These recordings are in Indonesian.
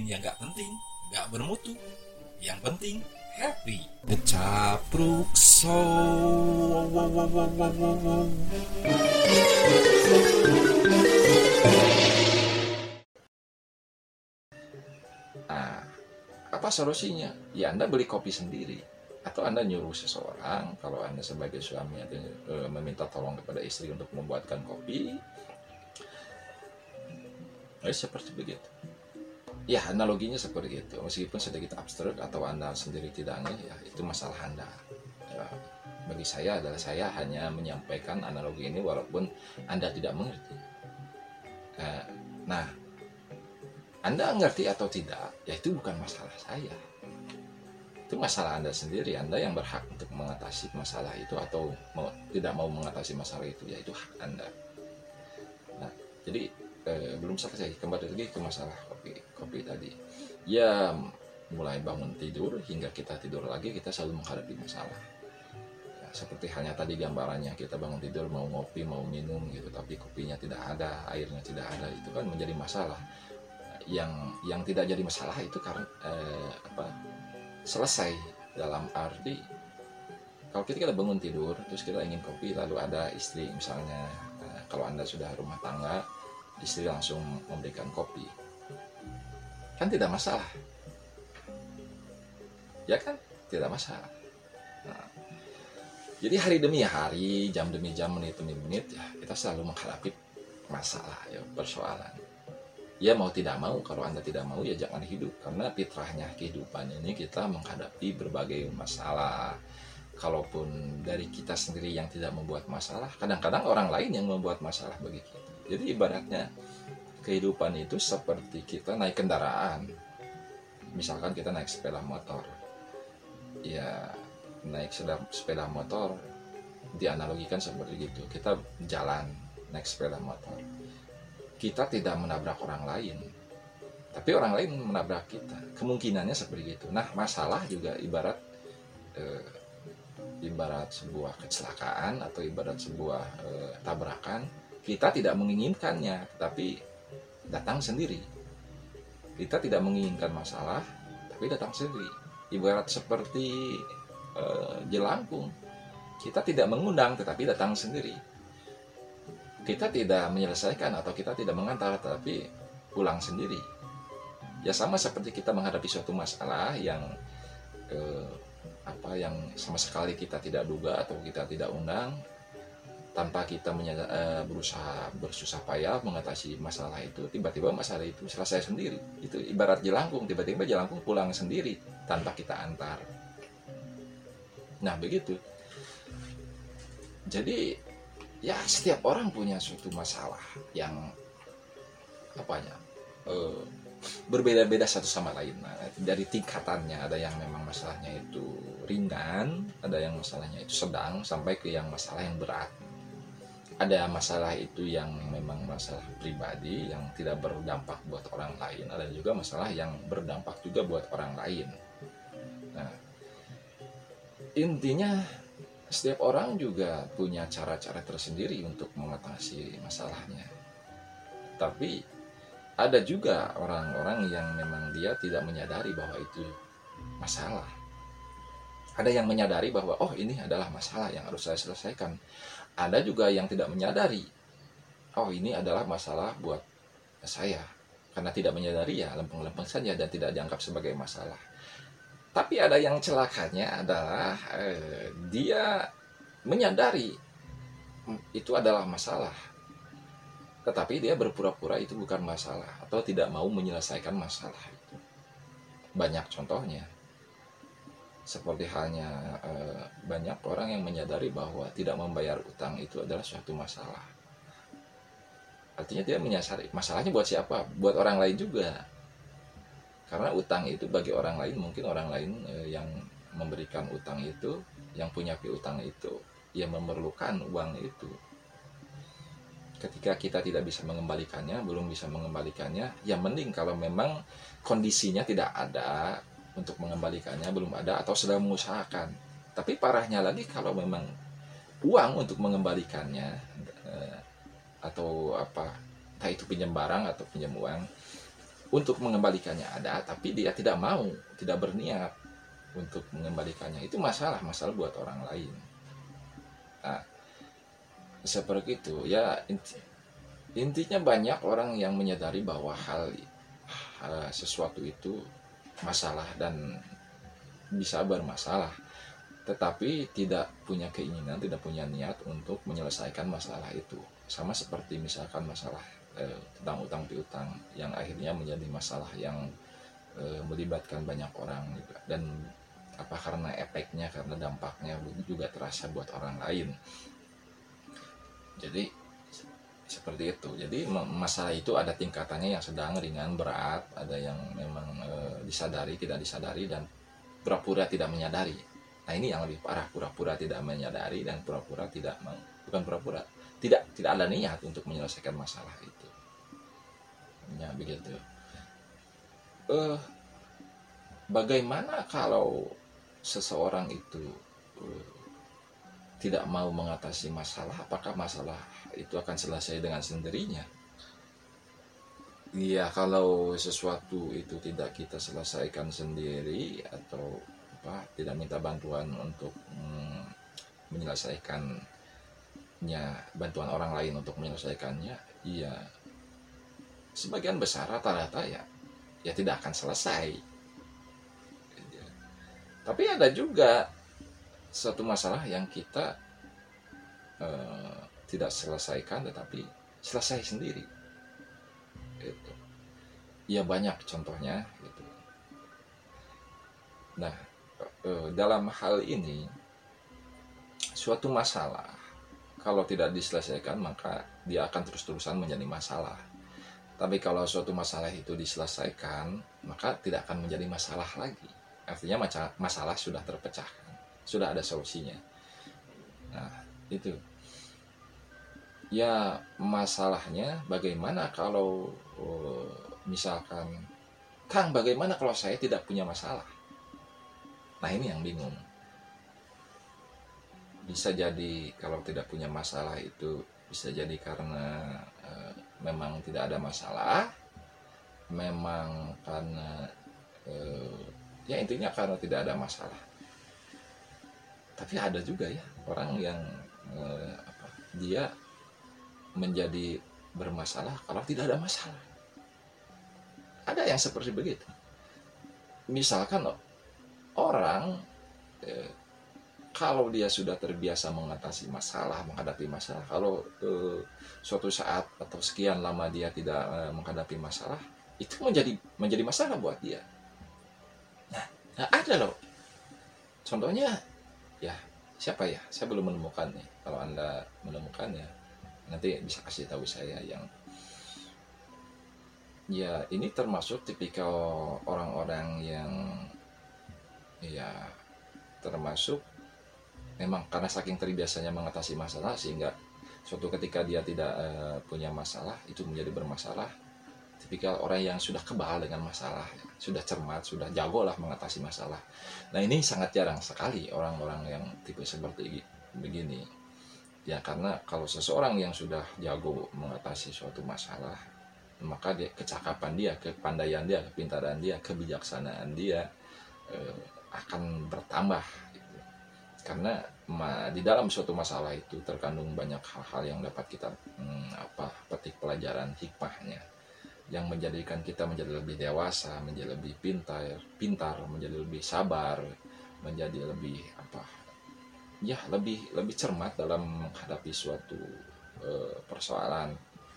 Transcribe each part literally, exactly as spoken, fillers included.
ngomongin yang gak penting, gak bermutu. Yang penting happy. Ngecapruk so. Wow, wow, wow, wow, wow, wow. Nah, apa solusinya? Ya Anda beli kopi sendiri, atau Anda nyuruh seseorang, kalau Anda sebagai suami atau e, meminta tolong kepada istri untuk membuatkan kopi. Eh, seperti begitu. Ya, analoginya seperti itu. Meskipun sedikit abstrak atau Anda sendiri tidak ngeh, ya itu masalah Anda. Ya, bagi saya adalah saya hanya menyampaikan analogi ini walaupun Anda tidak mengerti. Eh, nah, Anda ngerti atau tidak, ya itu bukan masalah saya. Itu masalah Anda sendiri. Anda yang berhak untuk mengatasi masalah itu atau mau, tidak mau mengatasi masalah itu, ya itu hak Anda. Nah, jadi eh, belum selesai, kembali lagi ke masalah kopi kopi tadi. Ya, mulai bangun tidur hingga kita tidur lagi, kita selalu menghadapi masalah. Ya, seperti halnya tadi gambarannya, kita bangun tidur mau ngopi, mau minum gitu, tapi kopinya tidak ada, airnya tidak ada, itu kan menjadi masalah. Yang yang tidak jadi masalah itu karena eh, apa selesai, dalam arti kalau kita, kita bangun tidur terus kita ingin kopi, lalu ada istri misalnya, eh, kalau Anda sudah rumah tangga, istri langsung memberikan kopi, kan tidak masalah, ya kan, tidak masalah. Nah, jadi hari demi hari, jam demi jam, menit demi menit, ya kita selalu menghadapi masalah, ya persoalan. Ya mau tidak mau, kalau Anda tidak mau ya jangan hidup, karena fitrahnya kehidupan ini kita menghadapi berbagai masalah. Kalaupun dari kita sendiri yang tidak membuat masalah, kadang-kadang orang lain yang membuat masalah bagi kita. Jadi ibaratnya kehidupan itu seperti kita naik kendaraan. Misalkan kita naik sepeda motor, ya naik sepeda motor dianalogikan seperti itu. Kita jalan naik sepeda motor, kita tidak menabrak orang lain, tapi orang lain menabrak kita. Kemungkinannya seperti itu. Nah, masalah juga ibarat eh, ibarat sebuah kecelakaan atau ibarat sebuah eh, tabrakan. Kita tidak menginginkannya, tapi datang sendiri. Kita tidak menginginkan masalah, tapi datang sendiri. Ibarat seperti eh, jelangkung, kita tidak mengundang, tetapi datang sendiri. Kita tidak menyelesaikan atau kita tidak mengantar, tetapi pulang sendiri. Ya sama seperti kita menghadapi suatu masalah yang eh, apa yang sama sekali kita tidak duga atau kita tidak undang, tanpa kita menyala, eh, berusaha bersusah payah mengatasi masalah itu, tiba-tiba masalah itu selesai sendiri. Itu ibarat jelangkung, tiba-tiba jelangkung pulang sendiri tanpa kita antar. Nah begitu. Jadi ya setiap orang punya suatu masalah yang apanya eh, berbeda-beda satu sama lain. Nah, dari tingkatannya, ada yang memang masalahnya itu ringan, ada yang masalahnya itu sedang, sampai ke yang masalah yang berat. Ada masalah itu yang memang masalah pribadi yang tidak berdampak buat orang lain, ada juga masalah yang berdampak juga buat orang lain. Nah, intinya setiap orang juga punya cara-cara tersendiri untuk mengatasi masalahnya. Tapi ada juga orang-orang yang memang dia tidak menyadari bahwa itu masalah. Ada yang menyadari bahwa oh ini adalah masalah yang harus saya selesaikan. Ada juga yang tidak menyadari, oh ini adalah masalah buat saya. Karena tidak menyadari ya lempeng-lempeng saja dan tidak dianggap sebagai masalah. Tapi ada yang celakanya adalah eh, dia menyadari itu adalah masalah, tetapi dia berpura-pura itu bukan masalah atau tidak mau menyelesaikan masalah itu. Banyak contohnya. Seperti halnya eh, banyak orang yang menyadari bahwa tidak membayar utang itu adalah suatu masalah. Artinya dia menyadari masalahnya buat siapa? Buat orang lain juga. Karena utang itu bagi orang lain, mungkin orang lain eh, yang memberikan utang itu, yang punya piutang itu, yang memerlukan uang itu. Ketika kita tidak bisa mengembalikannya, belum bisa mengembalikannya, ya mending kalau memang kondisinya tidak ada untuk mengembalikannya, belum ada atau sedang mengusahakan. Tapi parahnya lagi kalau memang uang untuk mengembalikannya eh, atau apa, entah itu pinjam barang atau pinjam uang, untuk mengembalikannya ada, tapi dia tidak mau, tidak berniat untuk mengembalikannya. Itu masalah, masalah buat orang lain. Nah, seperti itu ya. Inti, intinya banyak orang yang menyadari bahwa hal, hal sesuatu itu masalah dan bisa bermasalah, tetapi tidak punya keinginan, tidak punya niat untuk menyelesaikan masalah itu. Sama seperti misalkan masalah eh, tentang utang piutang yang akhirnya menjadi masalah yang eh, melibatkan banyak orang juga. Dan apa, karena efeknya, karena dampaknya juga terasa buat orang lain. Jadi seperti itu. Jadi masalah itu ada tingkatannya yang sedang, ringan, berat, ada yang memang eh, disadari, tidak disadari, dan pura-pura tidak menyadari. Nah ini yang lebih parah, pura-pura tidak menyadari dan pura-pura tidak mau, bukan pura-pura, tidak tidak ada niat untuk menyelesaikan masalah itu. Ya begitu. Eh, bagaimana kalau seseorang itu eh, tidak mau mengatasi masalah? Apakah masalah itu akan selesai dengan sendirinya? Iya, kalau sesuatu itu tidak kita selesaikan sendiri atau apa, tidak minta bantuan untuk mm, menyelesaikannya, bantuan orang lain untuk menyelesaikannya, iya, sebagian besar rata-rata ya, ya tidak akan selesai. Tapi ada juga satu masalah yang kita eh, tidak selesaikan, tetapi selesai sendiri. Gitu. Ya banyak contohnya. Gitu. Nah, eh, dalam hal ini, suatu masalah kalau tidak diselesaikan maka dia akan terus-terusan menjadi masalah. Tapi kalau suatu masalah itu diselesaikan, maka tidak akan menjadi masalah lagi. Artinya masalah sudah terpecahkan, sudah ada solusinya. Nah, itu. Ya, masalahnya bagaimana kalau uh, misalkan, Kang, bagaimana kalau saya tidak punya masalah? Nah, ini yang bingung. Bisa jadi kalau tidak punya masalah itu bisa jadi karena uh, memang tidak ada masalah, memang karena uh, ya intinya karena tidak ada masalah. Tapi ada juga ya orang yang uh, apa, dia menjadi bermasalah kalau tidak ada masalah. Ada yang seperti begitu. Misalkan orang eh, kalau dia sudah terbiasa mengatasi masalah, menghadapi masalah, kalau eh, suatu saat atau sekian lama dia tidak eh, menghadapi masalah, itu menjadi menjadi masalah buat dia. Nah, nah ada loh. Contohnya, ya siapa ya? Saya belum menemukannya. Kalau Anda menemukannya, nanti bisa kasih tahu saya. Yang ya ini termasuk tipikal orang-orang yang ya termasuk memang karena saking terbiasanya mengatasi masalah sehingga suatu ketika dia tidak uh, punya masalah itu menjadi bermasalah. Tipikal orang yang sudah kebal dengan masalah, sudah cermat, sudah jago lah mengatasi masalah. Nah ini sangat jarang sekali orang-orang yang tipe seperti begini. Ya karena kalau seseorang yang sudah jago mengatasi suatu masalah, maka dia, kecakapan dia, kepandaian dia, kepintaran dia, kebijaksanaan dia eh, akan bertambah. Gitu. Karena ma, di dalam suatu masalah itu terkandung banyak hal-hal yang dapat kita hmm, apa petik pelajaran hikmahnya, yang menjadikan kita menjadi lebih dewasa, menjadi lebih pintar, pintar, menjadi lebih sabar, menjadi lebih apa? Ya lebih lebih cermat dalam menghadapi suatu uh, persoalan.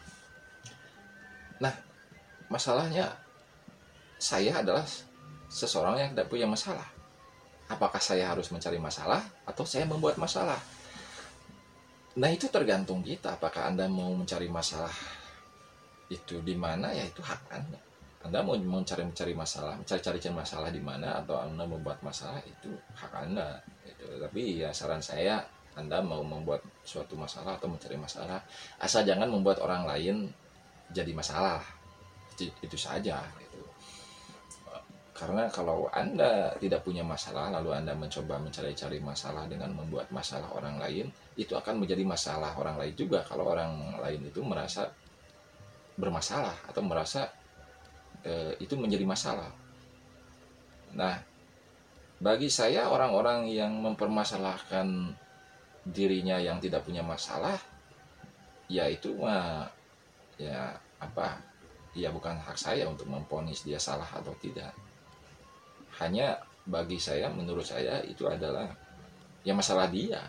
Nah, masalahnya saya adalah seseorang yang tidak punya masalah. Apakah saya harus mencari masalah atau saya membuat masalah? Nah, itu tergantung kita. Apakah Anda mau mencari masalah itu di mana, ya itu hak Anda. Anda mau mencari-cari masalah, mencari-cari masalah di mana, atau Anda membuat masalah, itu hak Anda. Gitu. Tapi ya saran saya, Anda mau membuat suatu masalah atau mencari masalah, asal jangan membuat orang lain jadi masalah. Itu, itu saja. Gitu. Karena kalau Anda tidak punya masalah, lalu Anda mencoba mencari-cari masalah dengan membuat masalah orang lain, itu akan menjadi masalah orang lain juga. Kalau orang lain itu merasa bermasalah atau merasa eh, itu menjadi masalah. Nah, bagi saya orang-orang yang mempermasalahkan dirinya yang tidak punya masalah, ya itu mah ya apa? Ya bukan hak saya untuk memvonis dia salah atau tidak. Hanya bagi saya, menurut saya itu adalah ya masalah dia.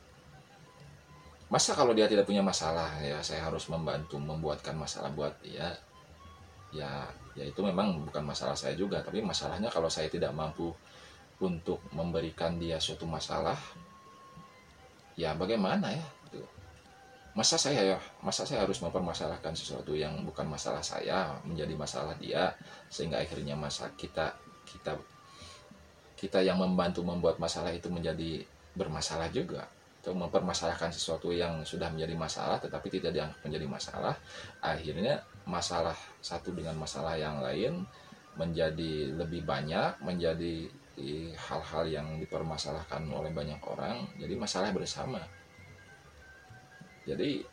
Masa kalau dia tidak punya masalah ya saya harus membantu membuatkan masalah buat dia? Ya, ya itu memang bukan masalah saya juga. Tapi masalahnya kalau saya tidak mampu untuk memberikan dia suatu masalah, ya bagaimana ya? Masa saya ya, masa saya harus mempermasalahkan sesuatu yang bukan masalah saya menjadi masalah dia, sehingga akhirnya masa kita kita kita yang membantu membuat masalah itu menjadi bermasalah juga. Atau mempermasalahkan sesuatu yang sudah menjadi masalah tetapi tidak dianggap menjadi masalah, akhirnya masalah satu dengan masalah yang lain menjadi lebih banyak, menjadi hal-hal yang dipermasalahkan oleh banyak orang, jadi masalah bersama. Jadi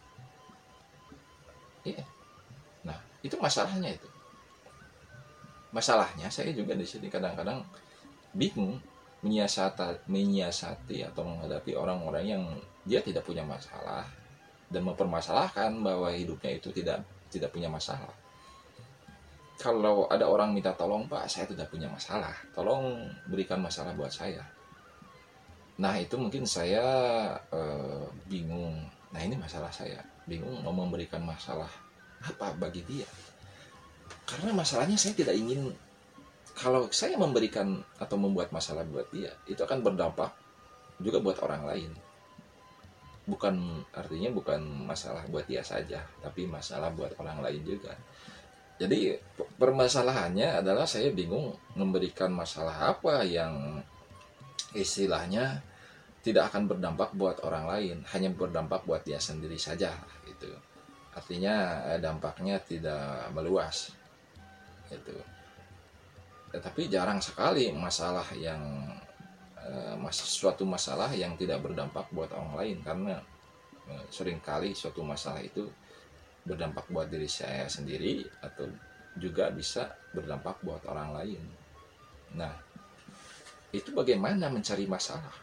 iya. Nah, itu masalahnya itu. Masalahnya saya juga di sini kadang-kadang bingung menyiasati, menyiasati atau menghadapi orang-orang yang dia tidak punya masalah dan mempermasalahkan bahwa hidupnya itu tidak tidak punya masalah. Kalau ada orang minta tolong, Pak, saya tidak punya masalah, tolong berikan masalah buat saya. Nah itu mungkin saya eh, bingung. Nah ini masalah saya, bingung mau memberikan masalah apa bagi dia. Karena masalahnya saya tidak ingin, kalau saya memberikan atau membuat masalah buat dia, itu akan berdampak juga buat orang lain. Bukan, artinya bukan masalah buat dia saja, tapi masalah buat orang lain juga. Jadi permasalahannya adalah saya bingung memberikan masalah apa yang istilahnya tidak akan berdampak buat orang lain, hanya berdampak buat dia sendiri saja gitu. Artinya dampaknya tidak meluas gitu. Tetapi jarang sekali masalah yang eh, suatu masalah yang tidak berdampak buat orang lain, karena eh, seringkali suatu masalah itu berdampak buat diri saya sendiri atau juga bisa berdampak buat orang lain. Nah, itu bagaimana mencari masalah?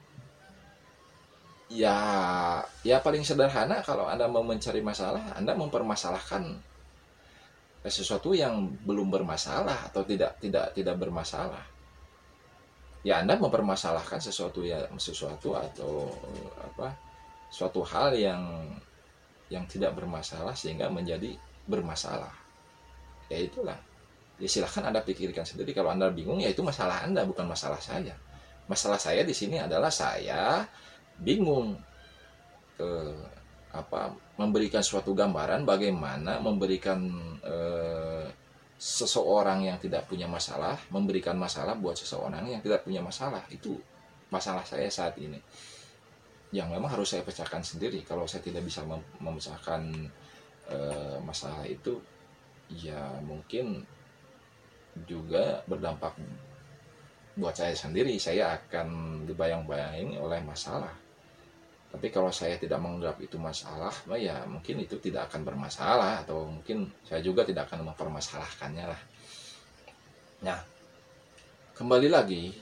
Ya, ya paling sederhana kalau Anda mau mencari masalah, Anda mempermasalahkan sesuatu yang belum bermasalah atau tidak tidak tidak bermasalah. Ya Anda mempermasalahkan sesuatu ya sesuatu atau apa? Suatu hal yang yang tidak bermasalah sehingga menjadi bermasalah. Ya itulah. Ya silahkan Anda pikirkan sendiri. Kalau Anda bingung, ya itu masalah Anda, bukan masalah saya. Masalah saya di sini adalah saya bingung eh, apa memberikan suatu gambaran bagaimana memberikan eh, seseorang yang tidak punya masalah, memberikan masalah buat seseorang yang tidak punya masalah. Itu masalah saya saat ini, yang memang harus saya pecahkan sendiri. Kalau saya tidak bisa mem memecahkan eh, masalah itu, ya mungkin juga berdampak buat saya sendiri. Saya akan dibayang-bayangi oleh masalah. Tapi kalau saya tidak menganggap itu masalah, ya mungkin itu tidak akan bermasalah, atau mungkin saya juga tidak akan mempermasalahkannya lah. Nah, kembali lagi,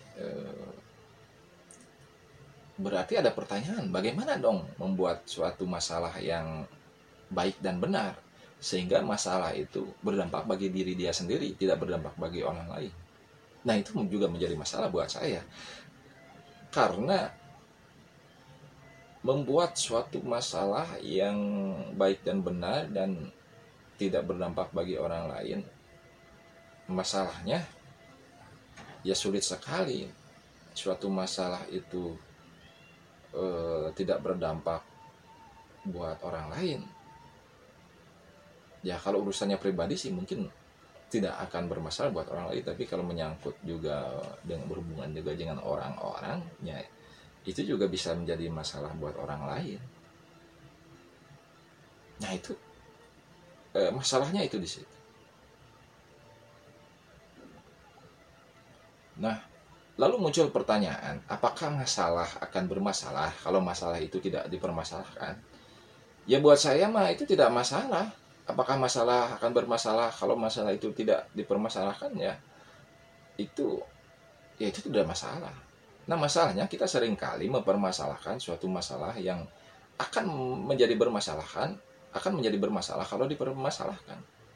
berarti ada pertanyaan, bagaimana dong membuat suatu masalah yang baik dan benar, sehingga masalah itu berdampak bagi diri dia sendiri, tidak berdampak bagi orang lain. Nah, itu juga menjadi masalah buat saya. Karena membuat suatu masalah yang baik dan benar dan tidak berdampak bagi orang lain, masalahnya ya sulit sekali. Suatu masalah itu eh, tidak berdampak buat orang lain. Ya kalau urusannya pribadi sih mungkin tidak akan bermasalah buat orang lain, tapi kalau menyangkut juga dengan berhubungan juga dengan orang-orang, ya itu juga bisa menjadi masalah buat orang lain. Nah itu eh, masalahnya itu di situ. Nah, lalu muncul pertanyaan, apakah masalah akan bermasalah kalau masalah itu tidak dipermasalahkan? Ya buat saya mah itu tidak masalah. apakah masalah akan bermasalah kalau masalah itu tidak dipermasalahkan? Ya itu ya itu tidak masalah. Nah masalahnya kita seringkali mempermasalahkan suatu masalah yang akan menjadi bermasalahan akan menjadi bermasalah kalau dipermasalahkan.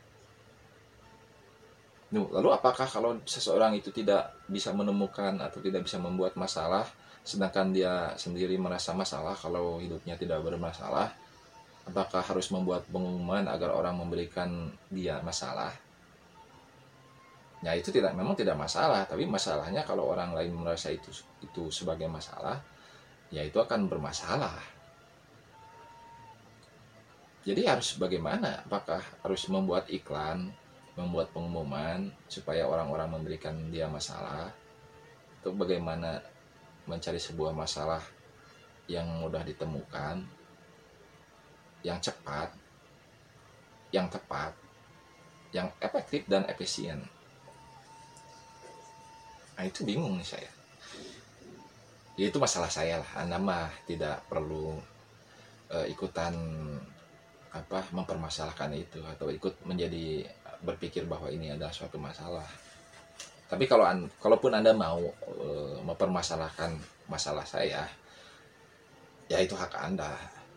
Lalu apakah kalau seseorang itu tidak bisa menemukan atau tidak bisa membuat masalah, sedangkan dia sendiri merasa masalah kalau hidupnya tidak bermasalah, apakah harus membuat pengumuman agar orang memberikan dia masalah? Ya itu tidak, memang tidak masalah, tapi masalahnya kalau orang lain merasa itu itu sebagai masalah, ya itu akan bermasalah. Jadi harus bagaimana? Apakah harus membuat iklan, membuat pengumuman supaya orang-orang memberikan dia masalah? Atau bagaimana mencari sebuah masalah yang mudah ditemukan, yang cepat, yang tepat, yang efektif dan efisien? Nah itu bingung nih saya. Ya, itu masalah saya lah. Anda mah tidak perlu uh, ikutan apa mempermasalahkan itu atau ikut menjadi berpikir bahwa ini adalah suatu masalah. Tapi kalau an, kalaupun Anda mau uh, mempermasalahkan masalah saya, ya itu hak Anda.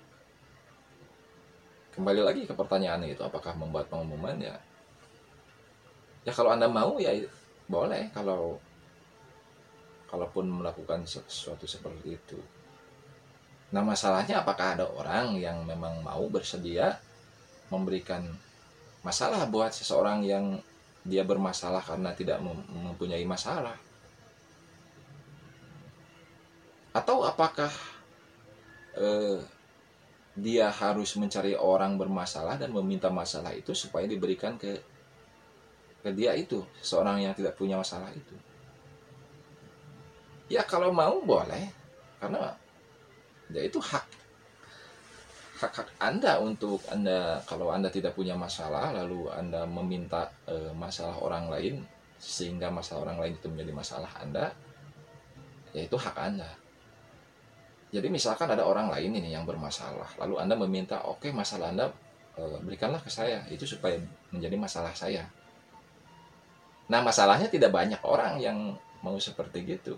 Kembali lagi ke pertanyaan itu, apakah membuat pengumuman? Ya, ya kalau Anda mau ya boleh, kalau kalaupun melakukan sesuatu seperti itu. Nah masalahnya apakah ada orang yang memang mau bersedia memberikan masalah buat seseorang yang dia bermasalah karena tidak mempunyai masalah? Atau apakah eh, dia harus mencari orang bermasalah dan meminta masalah itu supaya diberikan ke, ke dia itu, seseorang yang tidak punya masalah itu? Ya kalau mau boleh, karena ya itu hak hak-hak Anda untuk Anda, kalau Anda tidak punya masalah lalu Anda meminta e, masalah orang lain sehingga masalah orang lain itu menjadi masalah Anda, ya itu hak Anda. Jadi misalkan ada orang lain ini yang bermasalah, lalu Anda meminta, oke okay, masalah Anda e, berikanlah ke saya, itu supaya menjadi masalah saya. Nah masalahnya tidak banyak orang yang mau seperti gitu.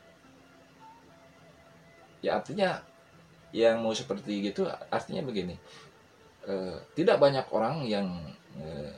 Ya artinya yang mau seperti gitu artinya begini, eh, tidak banyak orang yang eh,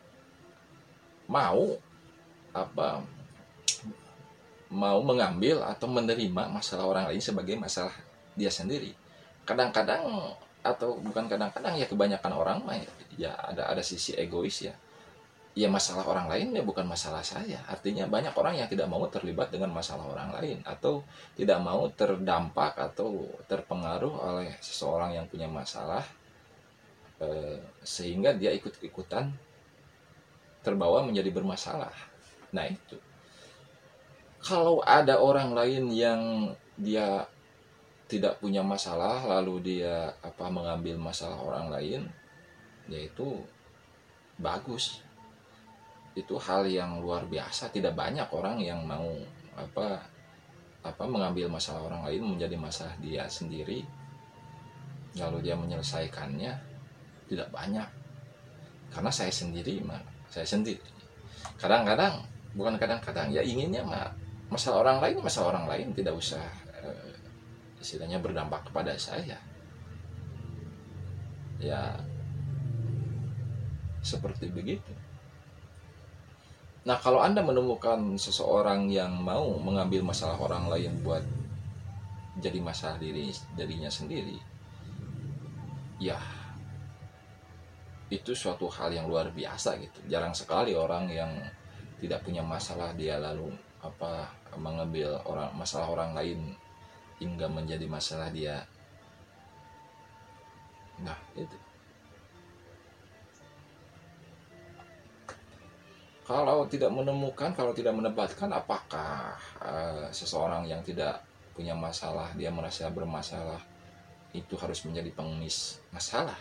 mau apa mau mengambil atau menerima masalah orang lain sebagai masalah dia sendiri. Kadang-kadang atau bukan kadang-kadang ya kebanyakan orang mah ya ada ada sisi egois ya. Ya masalah orang lain ya bukan masalah saya. Artinya banyak orang yang tidak mau terlibat dengan masalah orang lain atau tidak mau terdampak atau terpengaruh oleh seseorang yang punya masalah eh, sehingga dia ikut-ikutan terbawa menjadi bermasalah. Nah itu. Kalau ada orang lain yang dia tidak punya masalah lalu dia apa mengambil masalah orang lain, yaitu bagus. Itu hal yang luar biasa. Tidak banyak orang yang mau apa apa mengambil masalah orang lain menjadi masalah dia sendiri lalu dia menyelesaikannya. Tidak banyak. Karena saya sendiri mah saya sendiri kadang-kadang bukan kadang-kadang ya inginnya mah masalah orang lain masalah orang lain tidak usah eh, istilahnya berdampak kepada saya. Ya seperti begitu. Nah kalau Anda menemukan seseorang yang mau mengambil masalah orang lain buat jadi masalah diri dirinya sendiri, ya itu suatu hal yang luar biasa gitu. Jarang sekali orang yang tidak punya masalah dia lalu apa mengambil orang masalah orang lain hingga menjadi masalah dia. Nah itu. Kalau tidak menemukan, kalau tidak mendapatkan, apakah uh, seseorang yang tidak punya masalah, dia merasa bermasalah, itu harus menjadi pengemis masalah?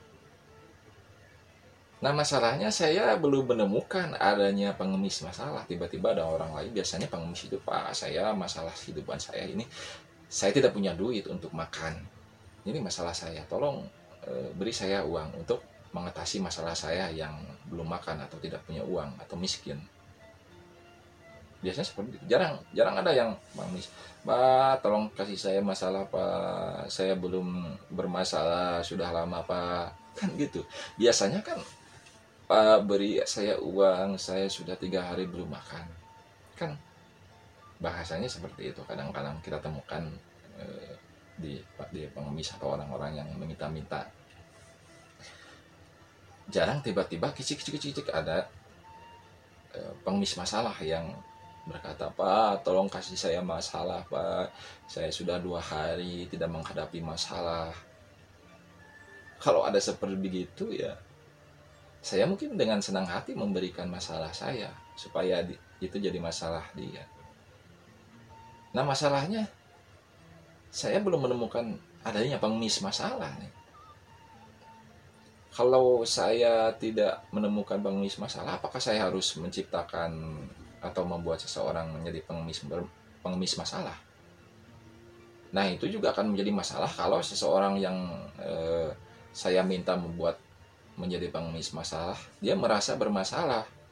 Nah masalahnya saya belum menemukan adanya pengemis masalah. Tiba-tiba ada orang lain, biasanya pengemis itu, Pak, saya masalah kehidupan saya ini, saya tidak punya duit untuk makan. Ini masalah saya, tolong uh, beri saya uang untuk mengatasi masalah saya yang belum makan atau tidak punya uang atau miskin. Biasanya seperti itu. Jarang jarang ada yang mengemis, Pak tolong kasih saya masalah Pak, saya belum bermasalah sudah lama Pak, kan gitu. Biasanya kan, Pak beri saya uang, saya sudah tiga hari belum makan, kan bahasanya seperti itu. Kadang-kadang kita temukan eh, di di pengemis atau orang-orang yang meminta-minta. Jarang tiba-tiba kicik-kicik-kicik ada eh, pengemis masalah yang berkata, Pak tolong kasih saya masalah Pak, saya sudah dua hari tidak menghadapi masalah. Kalau ada seperti begitu ya, saya mungkin dengan senang hati memberikan masalah saya supaya di, itu jadi masalah dia. Nah masalahnya, saya belum menemukan adanya pengemis masalah nih. Kalau saya tidak menemukan pengemis masalah, apakah saya harus menciptakan atau membuat seseorang menjadi pengemis pengemis masalah? Nah itu juga akan menjadi masalah kalau seseorang yang eh, saya minta membuat menjadi pengemis masalah, dia merasa bermasalah.